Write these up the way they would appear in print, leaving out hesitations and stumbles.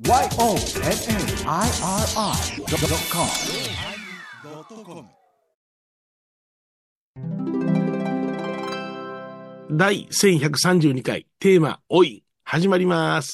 YONNIRI.com 第1132回テーマおい始まります。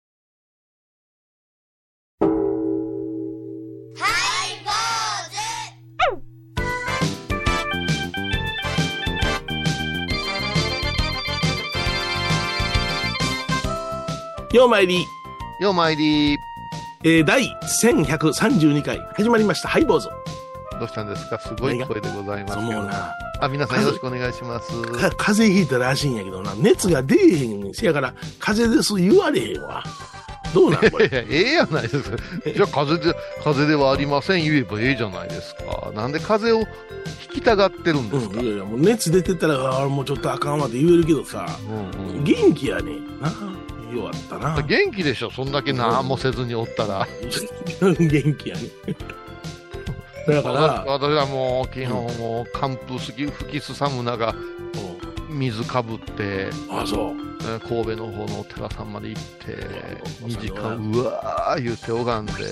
ようまいりようまいり、 第1132回始まりました。はいどうぞ。 どうしたんですか？すごい声でございますけど。 もうな皆さんよろしくお願いします。 風邪ひいたらしいんやけどな、熱が出えへんせやから風邪です言われへんわ。どうなんこれ。 ええやないですか。じゃあ風邪ではありません言えばええじゃないですか。なんで風邪を引きたがってるんですか？ いやいやもう熱出てたらもうちょっとあかんわって言えるけどさ、元気やねんな。弱ったな。 元気でしょ、そんだけ何もせずにおったら。 元気やね。だから私はもう昨日もう寒風吹きすさむ中水かぶって、 そう神戸の方のお寺さんまで行って2時間うわー言うて拝んで、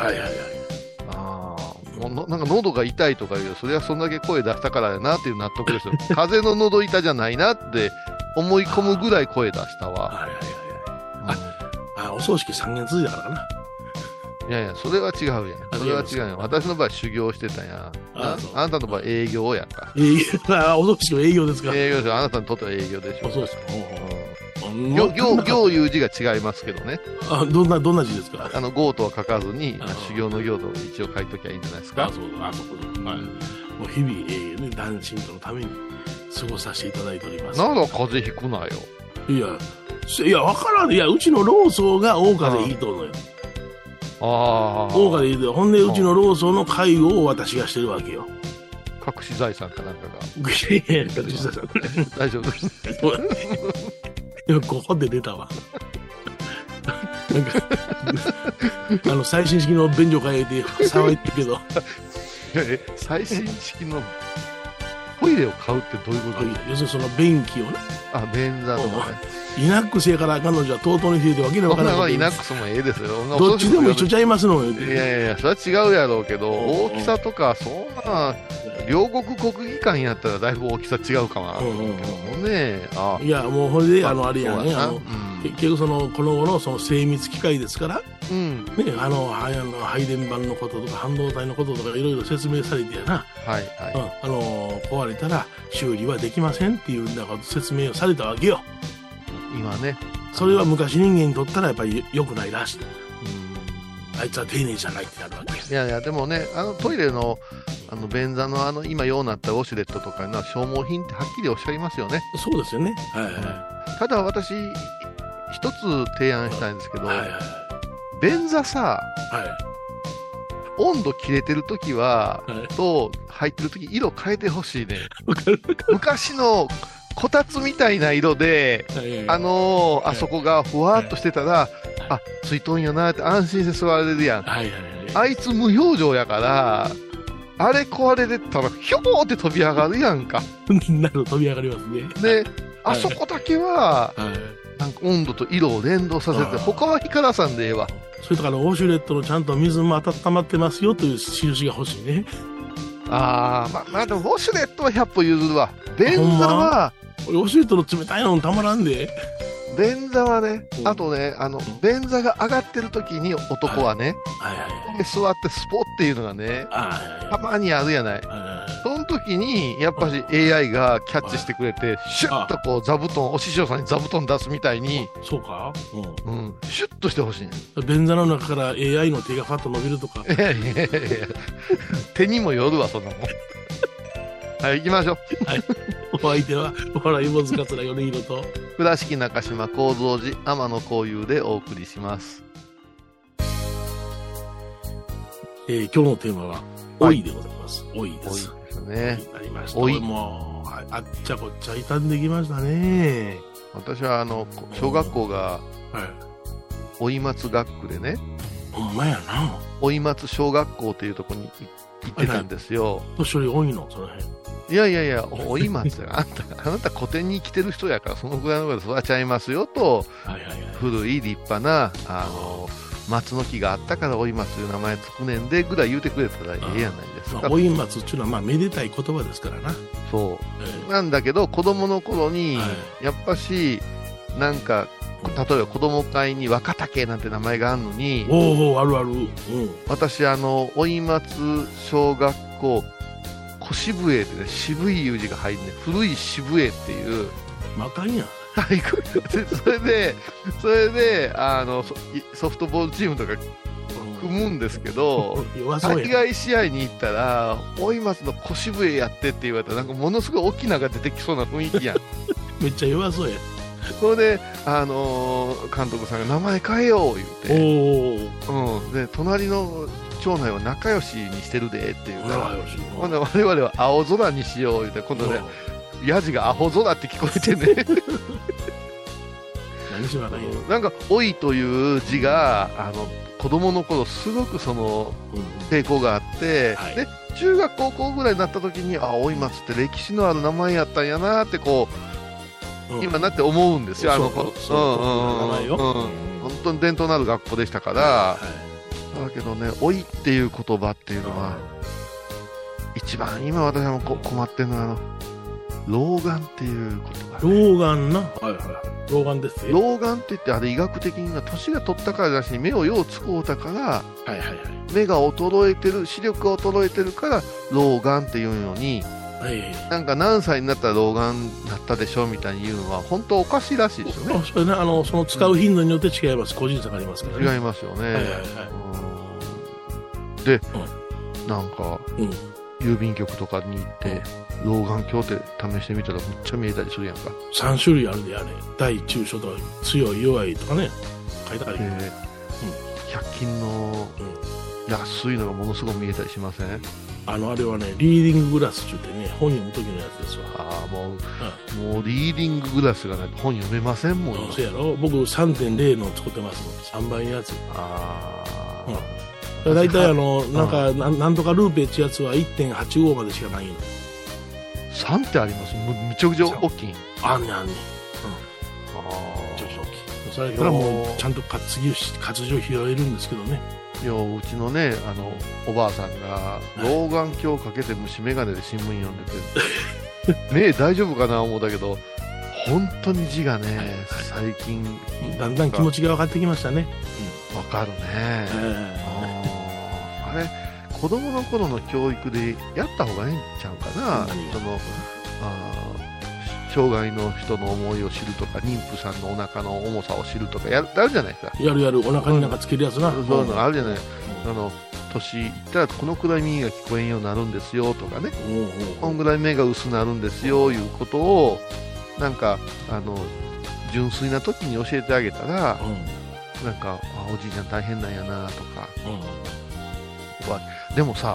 もうなんか喉が痛いとかいう、それはそんだけ声出したからやなっていう納得ですよ。風邪の喉痛じゃないなって思い込むぐらい声出したわ。 お葬式3年続いたからな。 いやいや、それは違うやん。それは違うやん。私の場合修行してたんや。あなたの場合営業やんか。 お葬式は営業ですか？ 営業ですよ。あなたにとっては営業でしょ。 そうです。 行いう字が違いますけどね。 どんな字ですか？ 業とは書かずに修行の行と一応書いときゃいいんじゃないですか。 そうだ。もう日々男親とのために過ごさせていただいております。 なんだ風邪ひくなよ。 いや分からん。いやうちの老僧が大風邪ひいとんのよ。大風邪ひいて、ほんでうちの老僧の介護を私がしてるわけよ。 隠し財産かなんかが。 隠し財産大丈夫です。 今ここで出たわ。なんか最新式の便所変えて騒いでるけど。 最新式のトイレを買うってどういうこと？ 要するにその便器をね。 便座とかね。 イナックスやから彼女はとうとうについてわけのわからない。 イナックスもええですよ。 どっちでも一緒ちゃいますのよ。 いやそれは違うやろうけど、大きさとかそんな両国国技館やったらだいぶ大きさ違うかな。 いやもうほれであれやね。結局この後のその精密機械ですから、配電盤のこととか半導体のこととかいろいろ説明されてやな。壊れたら修理はできませんっていう説明をされたわけよ。 今ね。 それは昔人間にとったらやっぱり良くないらしい。あいつは丁寧じゃないってなるわけ。 いやでもね、トイレの便座の今ようなったウォシュレットとかの消耗品ってはっきりおっしゃいますよね。 そうですよね。 ただ私一つ提案したいんですけど、便座さ、温度切れてるときは、と入ってるとき色変えてほしいね。昔のこたつみたいな色で、あそこがふわっとしてたら、ついとんやなって安心して座れるやん。あいつ無表情やから、あれ壊れてたらひょーって飛び上がるやんか。 なる飛び上がりますね。 で、あそこだけは、なんか温度と色を連動させて、他は光らさんでええわ。 それとかウォシュレットのちゃんと水も温まってますよという印が欲しいね。 でもウォシュレットは100歩譲るわ。便座はウォシュレットの冷たいのたまらんで。 便座はね、あとね、便座が上がってる時に男はね、座ってスポっていうのがね、たまにあるやない。その時にやっぱり AI がキャッチしてくれて、シュッとこう座布団、お師匠さんに座布団出すみたいに、 そうか、 シュッとしてほしいね。 便座の中から AI の手がファッと伸びるとか。 いや手にもよるわ、そんなもん。はい、行きましょう。 お相手は笑いもずかつら米広と倉敷中島幸三寺天野幸雄でお送りします。 今日のテーマは老いでございます。老いです。 老いですね。 ありました。老いもあっちゃこっちゃ傷んできましたね。 私は小学校が老松学区でね。 ほんまやな。 老松小学校っていうところに行ってたんですよ。 年寄り多いのその辺。 いや老松あなた古典に来てる人やからそのぐらいのことで育ちゃいますよと、古い立派な松の木があったから老松という名前つくねんでぐらい言うてくれたらええやないですか。 老松っていうのはまあめでたい言葉ですからな。 そう、なんだけど子供の頃にやっぱしなんか例えば子供会に若竹なんて名前があるのに、 あるある、 私老松小学校小渋江ってね、渋いいう字が入るね、古い渋江っていうまかんやそれでソフトボールチームとか組むんですけど、海外試合に行ったら老松の小渋江やってって言われたらなんかものすごい大きなが出てきそうな雰囲気やんめっちゃ弱そうや。 それで、監督さんが名前変えよう言うて、で隣の町内は仲良しにしてるでっていうから、我々は青空にしよう言うて、今度ねヤジがアホ空って聞こえてね何しろないよ。 なんか老いという字が子供の頃すごくその抵抗があって、で中学高校ぐらいになった時に老松って歴史のある名前やったんやなってこう、今なって思うんですよ。本当に伝統のある学校でしたから、だけどね、老いっていう言葉っていうのは一番今私は困ってるのは老眼っていう言葉。 老眼な、老眼ですよ。 老眼って言ってあれ医学的には年が取ったからだし目をよう使うたから、目が衰えてる、視力が衰えてるから老眼っていうのに、なんか何歳になったら老眼になったでしょみたいに言うのは本当おかしいらしいですよね。 それね、その使う頻度によって違います。個人差がありますからね。 違いますよね。で、なんか、郵便局とかに行って老眼鏡って試してみたらむっちゃ見えたりするやんか。 3種類あるで、あれ大中小とか強い弱いとかね書いてある。100 均の安いのがものすごく見えたりしません？ あれはね、リーディンググラスって言ってね、本読む時のやつですわ。 もうリーディンググラスがないと本読めませんもん。 そうやろ。僕 3.0 の作ってますの。3倍のやつ。大体なんとかルーペってやつは 1.85 までしかないの。 3ってあります？めちゃくちゃ大きい。 あんねん。めちゃくちゃ大きい。それからもうちゃんと活字を拾えるんですけどね。 いや、うちのね、おばあさんが老眼鏡かけて虫眼鏡で新聞読んでて目大丈夫かな思うだけど、本当に字がね、最近だんだん気持ちが分かってきましたね。 分かるね。あれ子供の頃の教育でやった方がいいんちゃうかな。障害の人の思いを知るとか、妊婦さんのお腹の重さを知るとかあるじゃないですか。 やるお腹になんかつけるやつな。 そういうのあるじゃない。年いったらこのくらい耳が聞こえんようになるんですよとかね、このぐらい目が薄くなるんですよいうことをなんか純粋な時に教えてあげたら、なんかおじいちゃん大変なんやなとか、でもさ、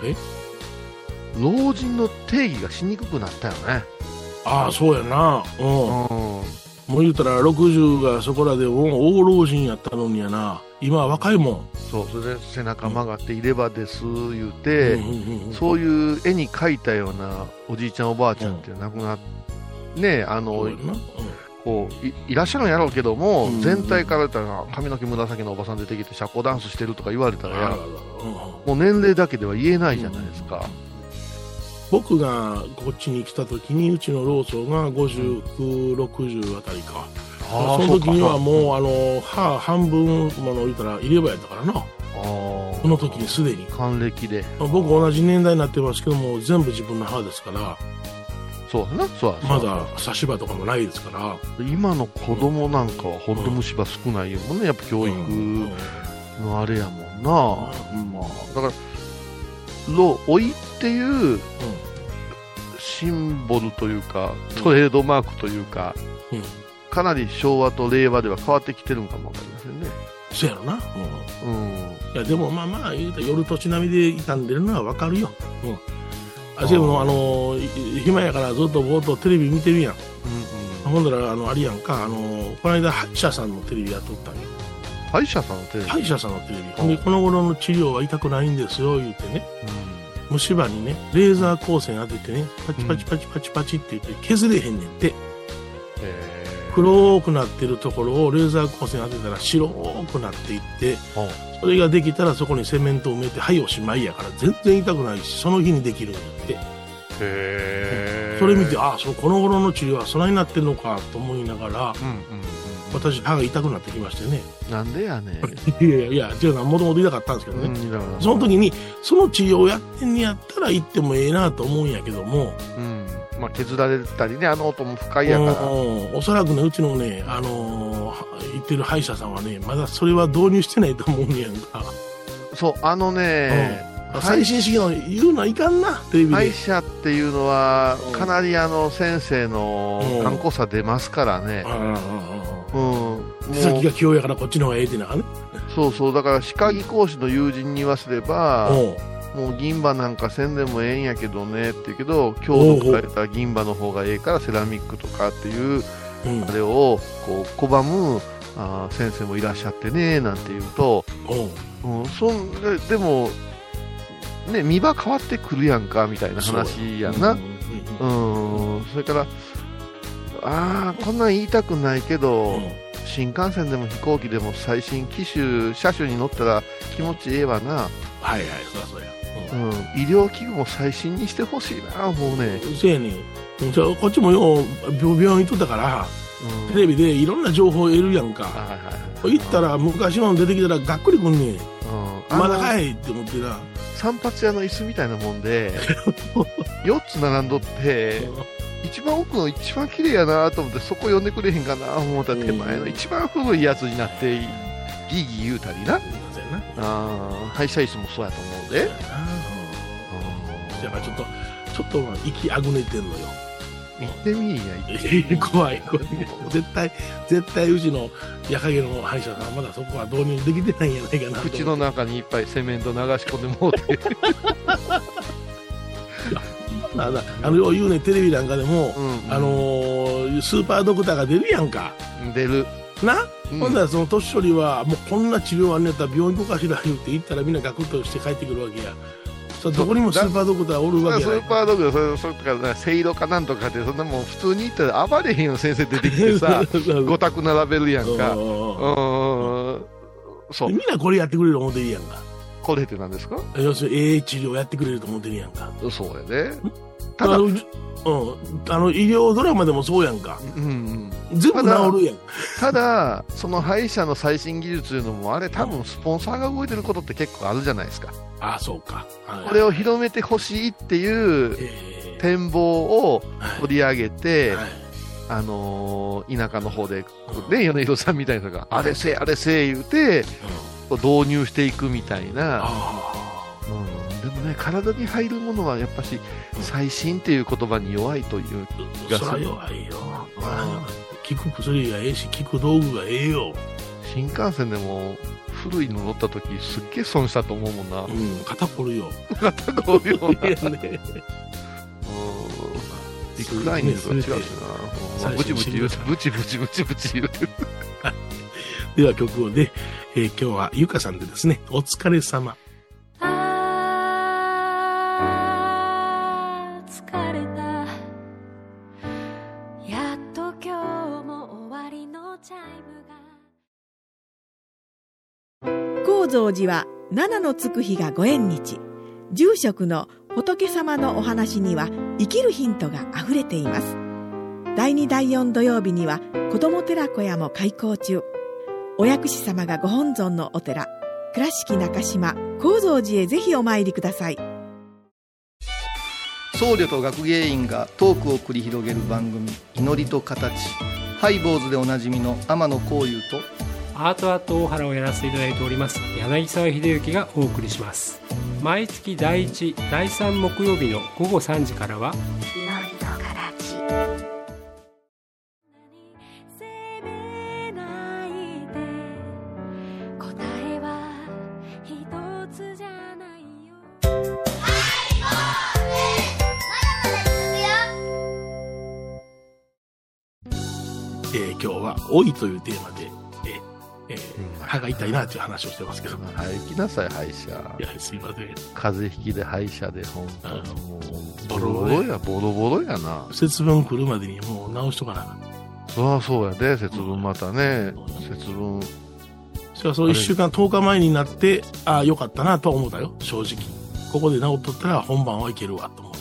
老人の定義がしにくくなったよね。 そうやな。もう言うたら60がそこらで大老人やったのにやな。今は若いもん。 それで背中曲がっていればです言うて、そういう絵に描いたようなおじいちゃんおばあちゃんって亡くなってね、こう いらっしゃるんやろうけども、全体から言ったら髪の毛紫のおばさん出てきて社交ダンスしてるとか言われたらもう年齢だけでは言えないじゃないですか。 僕がこっちに来た時にうちの老僧が59、60あたりか。その時にはもう歯半分もの言うたら入れ歯やったからな。この時にすでに還暦で。 僕同じ年代になってますけども全部自分の歯ですから。まだ差し歯とかもないですから。 今の子供なんかはほんと虫歯少ないよね。やっぱ教育のあれやもんな。だから老いっていうシンボルというかトレードマークというか、かなり昭和と令和では変わってきてるんかもわかりませんね。 そうやろな。いやでも言うたら夜土地並みで傷んでるのはわかるよ。でも暇やからずっとぼーっとテレビ見てるやん。ほんだらあれやんか、この間歯医者さんのテレビやっとったんよ。 歯医者さんのテレビ。 歯医者さんのテレビ。でこの頃の治療は痛くないんですよ言うてね。虫歯にねレーザー光線当ててねパチパチパチパチパチって言って削れへんねんって。 黒くなってるところをレーザー光線当てたら白くなっていって、それができたらそこにセメントを埋めて、はいおしまいやから全然痛くないし、その日にできるんだって。それ見て、ああ、この頃の治療はそんなになってるのかと思いながら、私歯が痛くなってきましてね。 なんでやねん。いや違うな、もともと痛かったんですけどね、その時にその治療をやってんねやったら行ってもええなと思うんやけども、 まあ、削られたりね、あの音も不快やから、 おそらくね、うちのね、行ってる歯医者さんはね、まだそれは導入してないと思うんやんか。 そう、 最新式の言うのはいかんな、テレビで。 歯医者っていうのはかなり先生の頑固さ出ますからね。 手先が器用やからこっちの方がええってなね。 そうそう、だから歯科技講師の友人に言わせれば、もう銀歯なんかせんでもええんやけどねって言うけど、強度変えた銀歯の方がええからセラミックとかっていう、あれをこう拒む先生もいらっしゃってねなんて言うと、でもね、見場変わってくるやんかみたいな話やんな。それからこんなん言いたくないけど、新幹線でも飛行機でも最新機種車種に乗ったら気持ちええわな。 はいはい、そりゃそうや。 医療器具も最新にしてほしいな、もうね。 そうやねん。こっちもよう病院行っとったから、テレビでいろんな情報を得るやんか。行ったら昔の出てきたらがっくりくんねん。まだかいって思ってな。 散髪屋の椅子みたいなもんで4つ並んどって一番奥の一番綺麗やなと思って、そこ呼んでくれへんかな思ったら手前の一番古いやつになってギーギー言うたりな。歯医者椅子もそうやと思うで。 だからちょっと息あぐねてんのよ。 行ってみいや。 怖い絶対うちの矢影の歯医者さんまだそこは導入できてないんやないかな。 口の中にいっぱいセメント流し込んでもうて言うね、テレビなんかでも、スーパードクターが出るやんか。 出るな、ほんならその年寄りはもうこんな治療あんねやったら病院行こうかしら言うて行ったらみんなガクッとして帰ってくるわけや。どこにもスーパードクターおるわけやない。 スーパードクターそれとかせいろかなんとかってそんなもん普通に行ったら暴れへんよ先生出てきてさ5択並べるやんか。 そうみんなこれやってくれる思ってるやんか。 これって何ですか？ 要するに治療やってくれると思ってるやんか。 そうやね。 ただ医療ドラマでもそうやんか。全部治るやん。 ただその歯医者の最新技術いうのもあれ多分スポンサーが動いてることって結構あるじゃないですか。 そうか。 これを広めてほしいっていう展望を取り上げて、田舎の方で、ね、米広さんみたいなのがあれせえ言うて、導入していくみたいな。でもね、体に入るものはやっぱし最新っていう言葉に弱いという気がする。 そりゃ弱いよ。効く薬がええし効く道具がええよ。 新幹線でも古いの乗った時すっげえ損したと思うもんな。 肩こるよ。 肩こるよな。リクライニングとは違うしな。ブチブチ言うてる。 では曲をね、今日はゆかさんでですね、お疲れ様。 疲れた。やっと今日も終わりのチャイムが。 高蔵寺は七のつく日がご縁日。住職の仏様のお話には生きるヒントがあふれています。第2第4土曜日には子ども寺小屋も開校中。お薬師様がご本尊のお寺、倉敷中島・高蔵寺へぜひお参りください。 僧侶と学芸員がトークを繰り広げる番組、祈りと形。ハイ坊主でおなじみの天野幸雄とアート大原をやらせていただいております柳沢秀幸がお送りします。毎月第1、第3木曜日の午後3時からは祈りと形。 今日は老いというテーマで、歯が痛いなという話をしてますけど。 はい、行きなさい歯医者。 いや、すいません。 風邪ひきで歯医者で本当にもうボロボロやな。 節分来るまでにもう直しとかな。 そうやで、節分またね、節分。 しかもそう1週間、10日前になって、ああ、よかったなとは思ったよ、正直。ここで治っとったら本番はいけるわと思った。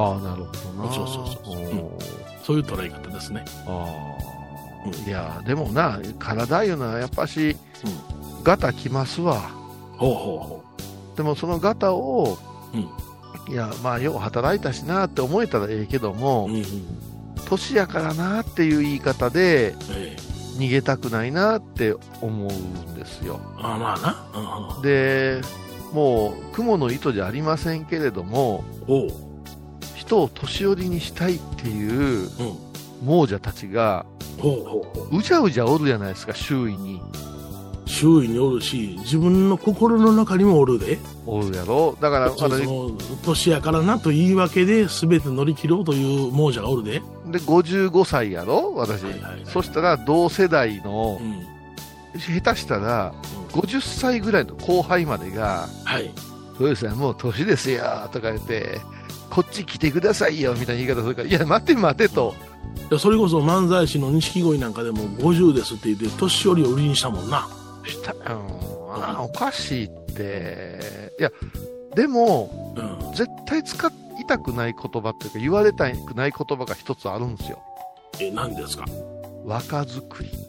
ああ、なるほどな。 そう。そういう捉え方ですね。 いや、でもな、体いうのはやっぱし、ガタきますわ。でもそのガタを、いや、まあ、よう働いたしなって思えたらええけども、年やからなっていう言い方で、逃げたくないなって思うんですよ。 まあな。で、もう、蜘蛛の糸じゃありませんけれども、人を年寄りにしたいっていう亡者たちが、うじゃうじゃおるじゃないですか、周囲におるし、自分の心の中にもおるで。 おるやろ。だから年やからなと言い訳で全て乗り切ろうという亡者がおるで。 で、55歳やろ、私。そしたら同世代の、下手したら、50歳ぐらいの後輩までが、そうですね、もう年ですよとか言って、こっち来てくださいよみたいな言い方するから、いや、待てと。 それこそ漫才師の錦鯉なんかでも50ですって言って年寄りを売りにしたもんな。 おかしいって。いや、でも、絶対使いたくない言葉っていうか、言われたくない言葉が一つあるんですよ。 何ですか？ 若作り。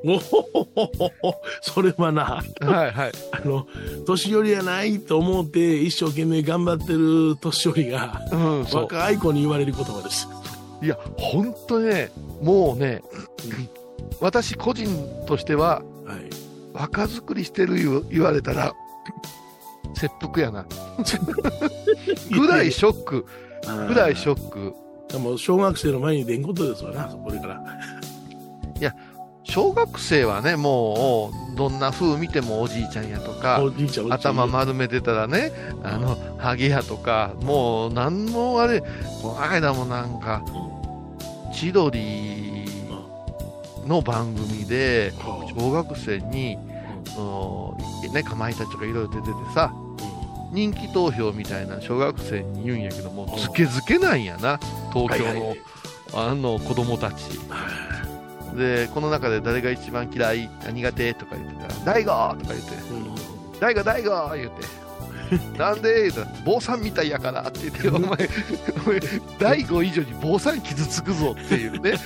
それはな、年寄りやないと思って一生懸命頑張ってる年寄りが、若い子に言われる言葉です。 いや、本当ね、もうね、私個人としては、若作りしてる言われたら、切腹やな。ぐらいショック。 でも小学生の前に出んことですわな、これから。 いや、小学生はね、もう、どんな風見てもおじいちゃんやとか、頭丸めてたらね、ハゲやとか、もう、なんもあれ、この間もなんか、千鳥の番組で、小学生に、かまいたちとかいろいろ出ててさ、人気投票みたいな小学生に言うんやけども、ズケズケなんやな、東京の、子供たち。で、この中で誰が一番嫌い、苦手とか言ってたら、大悟とか言って、大悟言って、なんで言ったら、坊さんみたいやからって言って、お前、大悟以上に坊さん傷つくぞっていうね。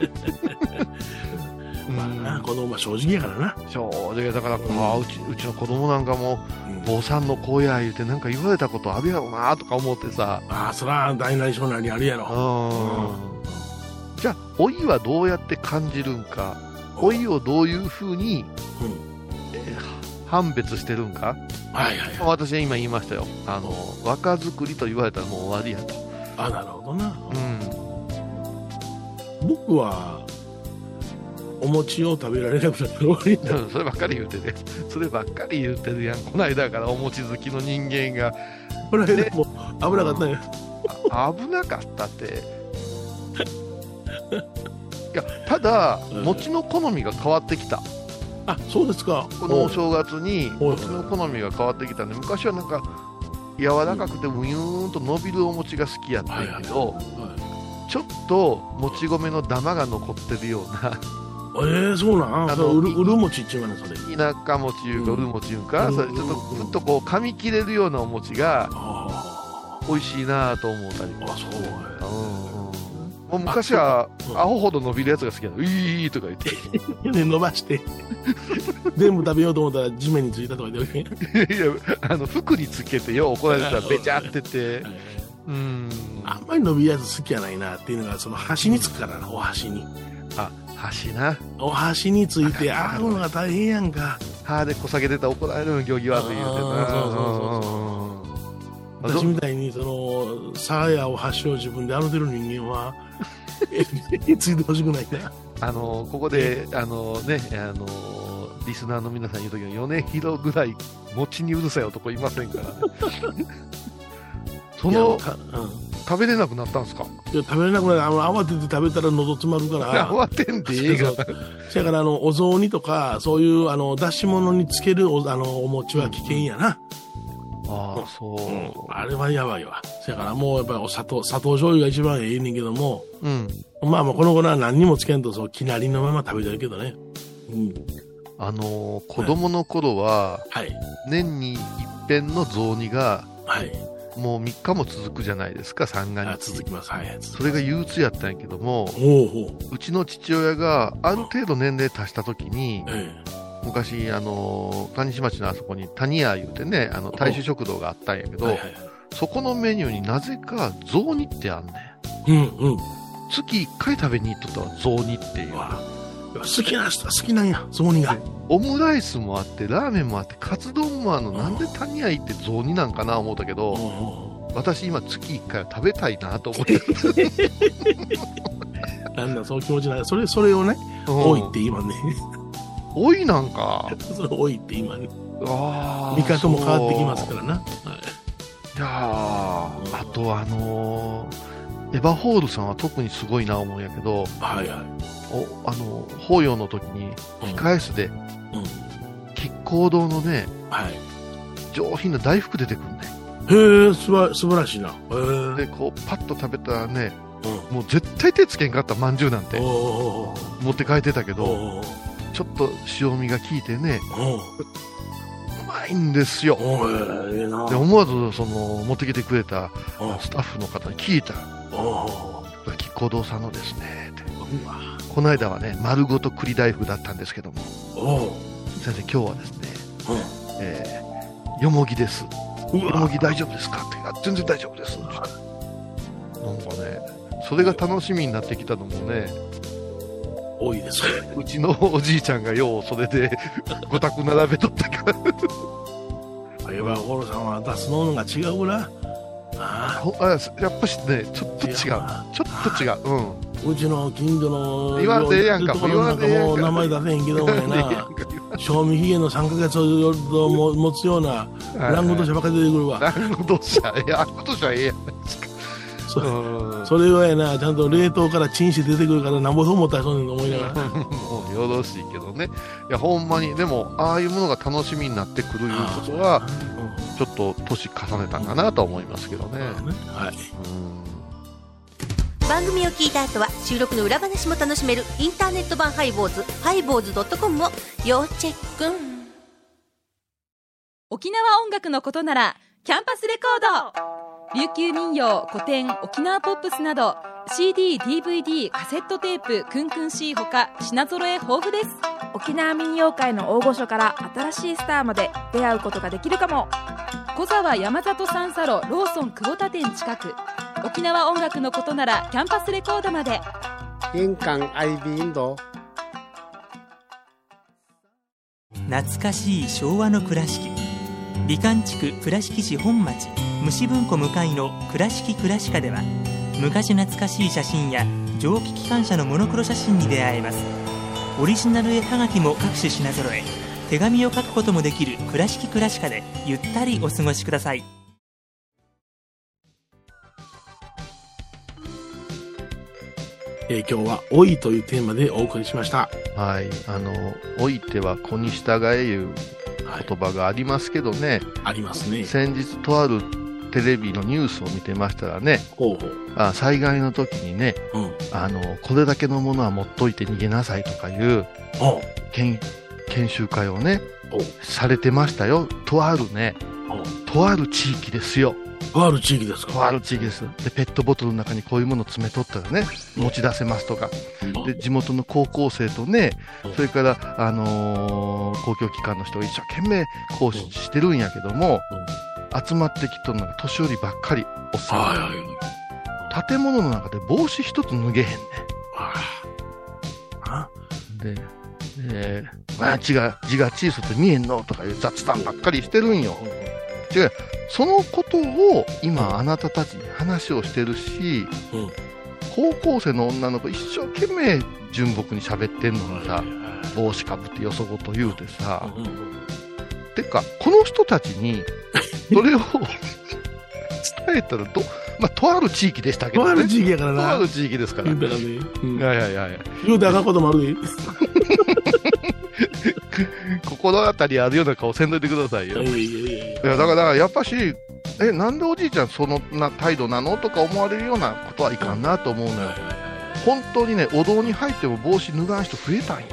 まあな、子供は正直やからな。 正直だから、うちの子供なんかも、坊さんの子や言うて、なんか言われたことあるやろなとか思ってさ。 そら、大なり小なりあるやろ。 じゃあ、老いはどうやって感じるんか、老いをどういうふうに、判別してるんか。私は今言いましたよ。若作りと言われたらもう終わりやと。 なるほどな。僕は、お餅を食べられなくなったら終わりだ。 そればっかり言うてね。そればっかり言うてるやん。この間からお餅好きの人間が。 この間も危なかったよ。 危なかったって。いや、ただ、餅の好みが変わってきた。 そうですか。 このお正月に餅の好みが変わってきたんで、昔はなんか柔らかくてうゆーんと伸びるお餅が好きやったんやけど、ちょっともち米のダマが残ってるような。 そうなん。うる餅っていうのそれ。 田舎餅いうか、うる餅いうか、それちょっとふっとこう噛み切れるようなお餅が美味しいなと思ったりも。もう昔はアホほど伸びるやつが好きなの。いいとか言ってで伸ばして全部食べようと思ったら地面についたとか言って。いや、服につけてよ怒られたらべちゃってて、 あんまり伸びるやつ好きやないなっていうのが、その端につくからな。お箸に。 箸な。 お箸について洗うのが大変やんか。 歯でこさげてたら怒られるの行儀悪い言うてな。 私みたいにその皿やお箸を自分で洗ってる人間はついてほしくないな。 ここでリスナーの皆さん言うときに米広ぐらい餅にうるさい男いませんからね。食べれなくなったんですか？ いや、食べれなくなる。慌てて食べたら喉詰まるから。 慌てんでいいが。 だからお雑煮とかそういう出し物につけるお餅は危険やな。 ああ、そう、 あれはやばいわ。そやからもうやっぱり砂糖醤油が一番ええねんけども、まあこの頃は何にもつけんとそうきなりのまま食べてるけどね。 子供の頃は、年に一遍の雑煮が、もう3日も続くじゃないですか、三が日。 続きます。 それが憂鬱やったんやけども、うちの父親がある程度年齢達した時に、昔谷西町のあそこに谷屋いうてね、大衆食堂があったんやけど、そこのメニューになぜか雑煮ってあんねん。月1回食べに行っとったわ、雑煮っていう。 好きなんや、雑煮が。 オムライスもあって、ラーメンもあって、カツ丼もなんで谷屋行って雑煮なんかな思ったけど、私今月1回は食べたいなと思ってる。 なんだ、そう気持ちない。それをね、多いって今ね。 多いなんか。 それ多いって今ね。見方も変わってきますからな。 いやあとエヴァホールさんは特にすごいな思うんやけど、法要の時に控え室で、亀甲堂のね、上品な大福出てくるね。 へえ、素晴らしいな。 でこうパッと食べたらね、もう絶対手つけんかったまんじゅうなんて持って帰ってたけど、ちょっと塩味が効いてね、うまいんですよ。で思わず持ってきてくれたスタッフの方に聞いたら、亀甲堂さんのですねって、この間はね丸ごと栗大福だったんですけども、先生今日はですね、よもぎです。よもぎ大丈夫ですかって、全然大丈夫です。なんかね、それが楽しみになってきたのもね、 多いですね。 うちのおじいちゃんがようそれでごたく並べとったから。 エヴァホールさんは出すのが違うな。 やっぱしね、ちょっと違う。ちょっと違う。 うちの近所の言わんでええやんか、 もう名前出せへんけどもな。賞味期限の3ヶ月を持つようなラングドシャばっかり出てくるわ。 ラングドシャええやん。 それはやな、ちゃんと冷凍からチンして出てくるからなんぼそう思ったらそうねんと思いながら。 もうよろしいけどね。いやほんまにでもああいうものが楽しみになってくるいうことは、ちょっと年重ねたんかなと思いますけどね。 番組を聞いた後は収録の裏話も楽しめるインターネット版ハイボーズ、ハイボーズ.com を要チェック。 沖縄音楽のことならキャンパスレコード。琉球民謡、古典、沖縄ポップスなど CD、DVD、カセットテープ、クンクン C ほか品揃え豊富です。 沖縄民謡界の大御所から新しいスターまで出会うことができるかも。 小沢山里三佐路ローソン久保田店近く。沖縄音楽のことならキャンパスレコードまで。 印鑑 IB インド。 懐かしい昭和の倉敷、美観地区倉敷市本町虫文庫向かいの倉敷倉歯科では、昔懐かしい写真や蒸気機関車のモノクロ写真に出会えます。オリジナル絵はがきも各種品揃え、手紙を書くこともできる倉敷倉歯科でゆったりお過ごしください。 今日は老いというテーマでお送りしました。 はい、老いては子に従えいう言葉がありますけどね、 ありますね。 先日とあるテレビのニュースを見てましたらね、災害の時にね、これだけのものは持っといて逃げなさいとかいう研修会をねされてましたよ。とある地域ですよ。 とある地域ですか。 とある地域です。でペットボトルの中にこういうものを詰めとったらね持ち出せますとか、で地元の高校生とね、それから公共機関の人が一生懸命講師してるんやけども、集まってきとるのが年寄りばっかりおっさん。建物の中で帽子一つ脱げへんね。で字が小さくて見えんのとかいう雑談ばっかりしてるんよ。違う、そのことを今あなたたちに話をしてるし、高校生の女の子一生懸命純朴に喋ってんのにさ、帽子かぶってよそごと言うてさ、てかこの人たちにそれを伝えたらとある地域でしたけどね。 とある地域やからな。 とある地域ですから。 言うたらね。 いや。 言うてあかんこともあるで。 心当たりあるような顔せんといてくださいよ。いやだからやっぱしなんでおじいちゃんそんな態度なのとか思われるようなことはいかんなと思うのよ。本当にね、お堂に入っても帽子脱がん人増えたんよね。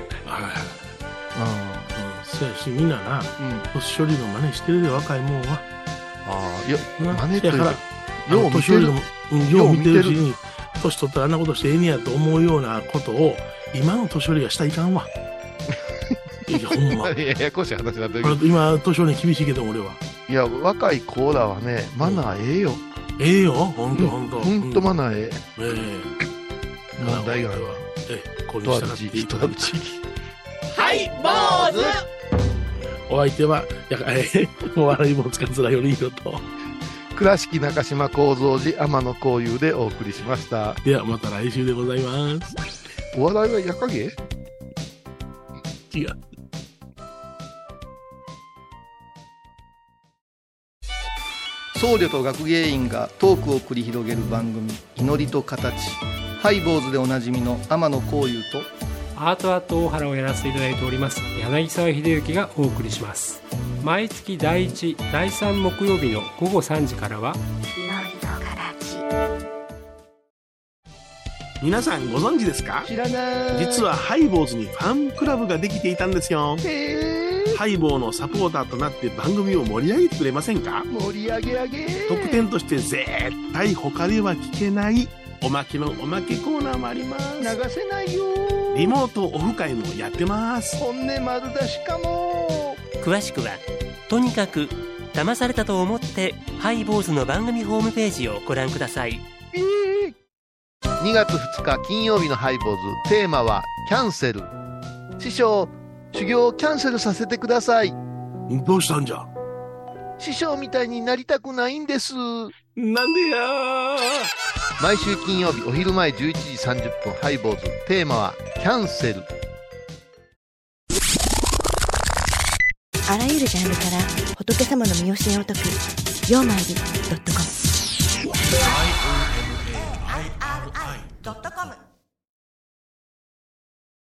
そうやし、みんなな、年寄りの真似してるで、若いもんは。 いや、真似というか、 よう見てる。よう見てるし、年取ったらあんなことしてええねやと思うようなことを、今の年寄りがしたらいかんわ。いや、ほんま。 ややこしい話になってるけど。 今、年寄りに厳しいけど、俺は。 いや、若い子らはね、マナーええよ。 ええよ、ほんとほんと。 ほんとマナーええ。問題があるわ。とある地域。 はい、坊主。お相手は、お笑い坊主桂頼宏と、 倉敷中島幸三寺天野幸雄でお送りしました。 ではまた来週でございます。 お笑いは矢影？ 違う。 僧侶と学芸員がトークを繰り広げる番組、祈りと形。ハイボーズでおなじみの天野幸雄と、 アート大原をやらせていただいております柳沢秀幸がお送りします。毎月第1、第3木曜日の午後3時からは皆さんご存知ですか？ 知らない。 実はハイボーズにファンクラブができていたんですよ。ハイボーのサポーターとなって番組を盛り上げてくれませんか？ 盛り上げ上げ。 特典として絶対他では聞けないおまけのおまけコーナーもあります。 流せないよ。 リモートオフ会もやってます。 本音丸出しかも。 詳しくはとにかく騙されたと思ってハイボーズの番組ホームページをご覧ください。 2月2日金曜日のハイボーズ、テーマはキャンセル。師匠、修行をキャンセルさせてください。 どうしたんじゃ？ 師匠みたいになりたくないんです。 なんでや。 毎週金曜日お昼前11時30分、ハイボーズ、テーマはキャンセル。 あらゆるジャンルから仏様の身教えを解く曜マイル.com。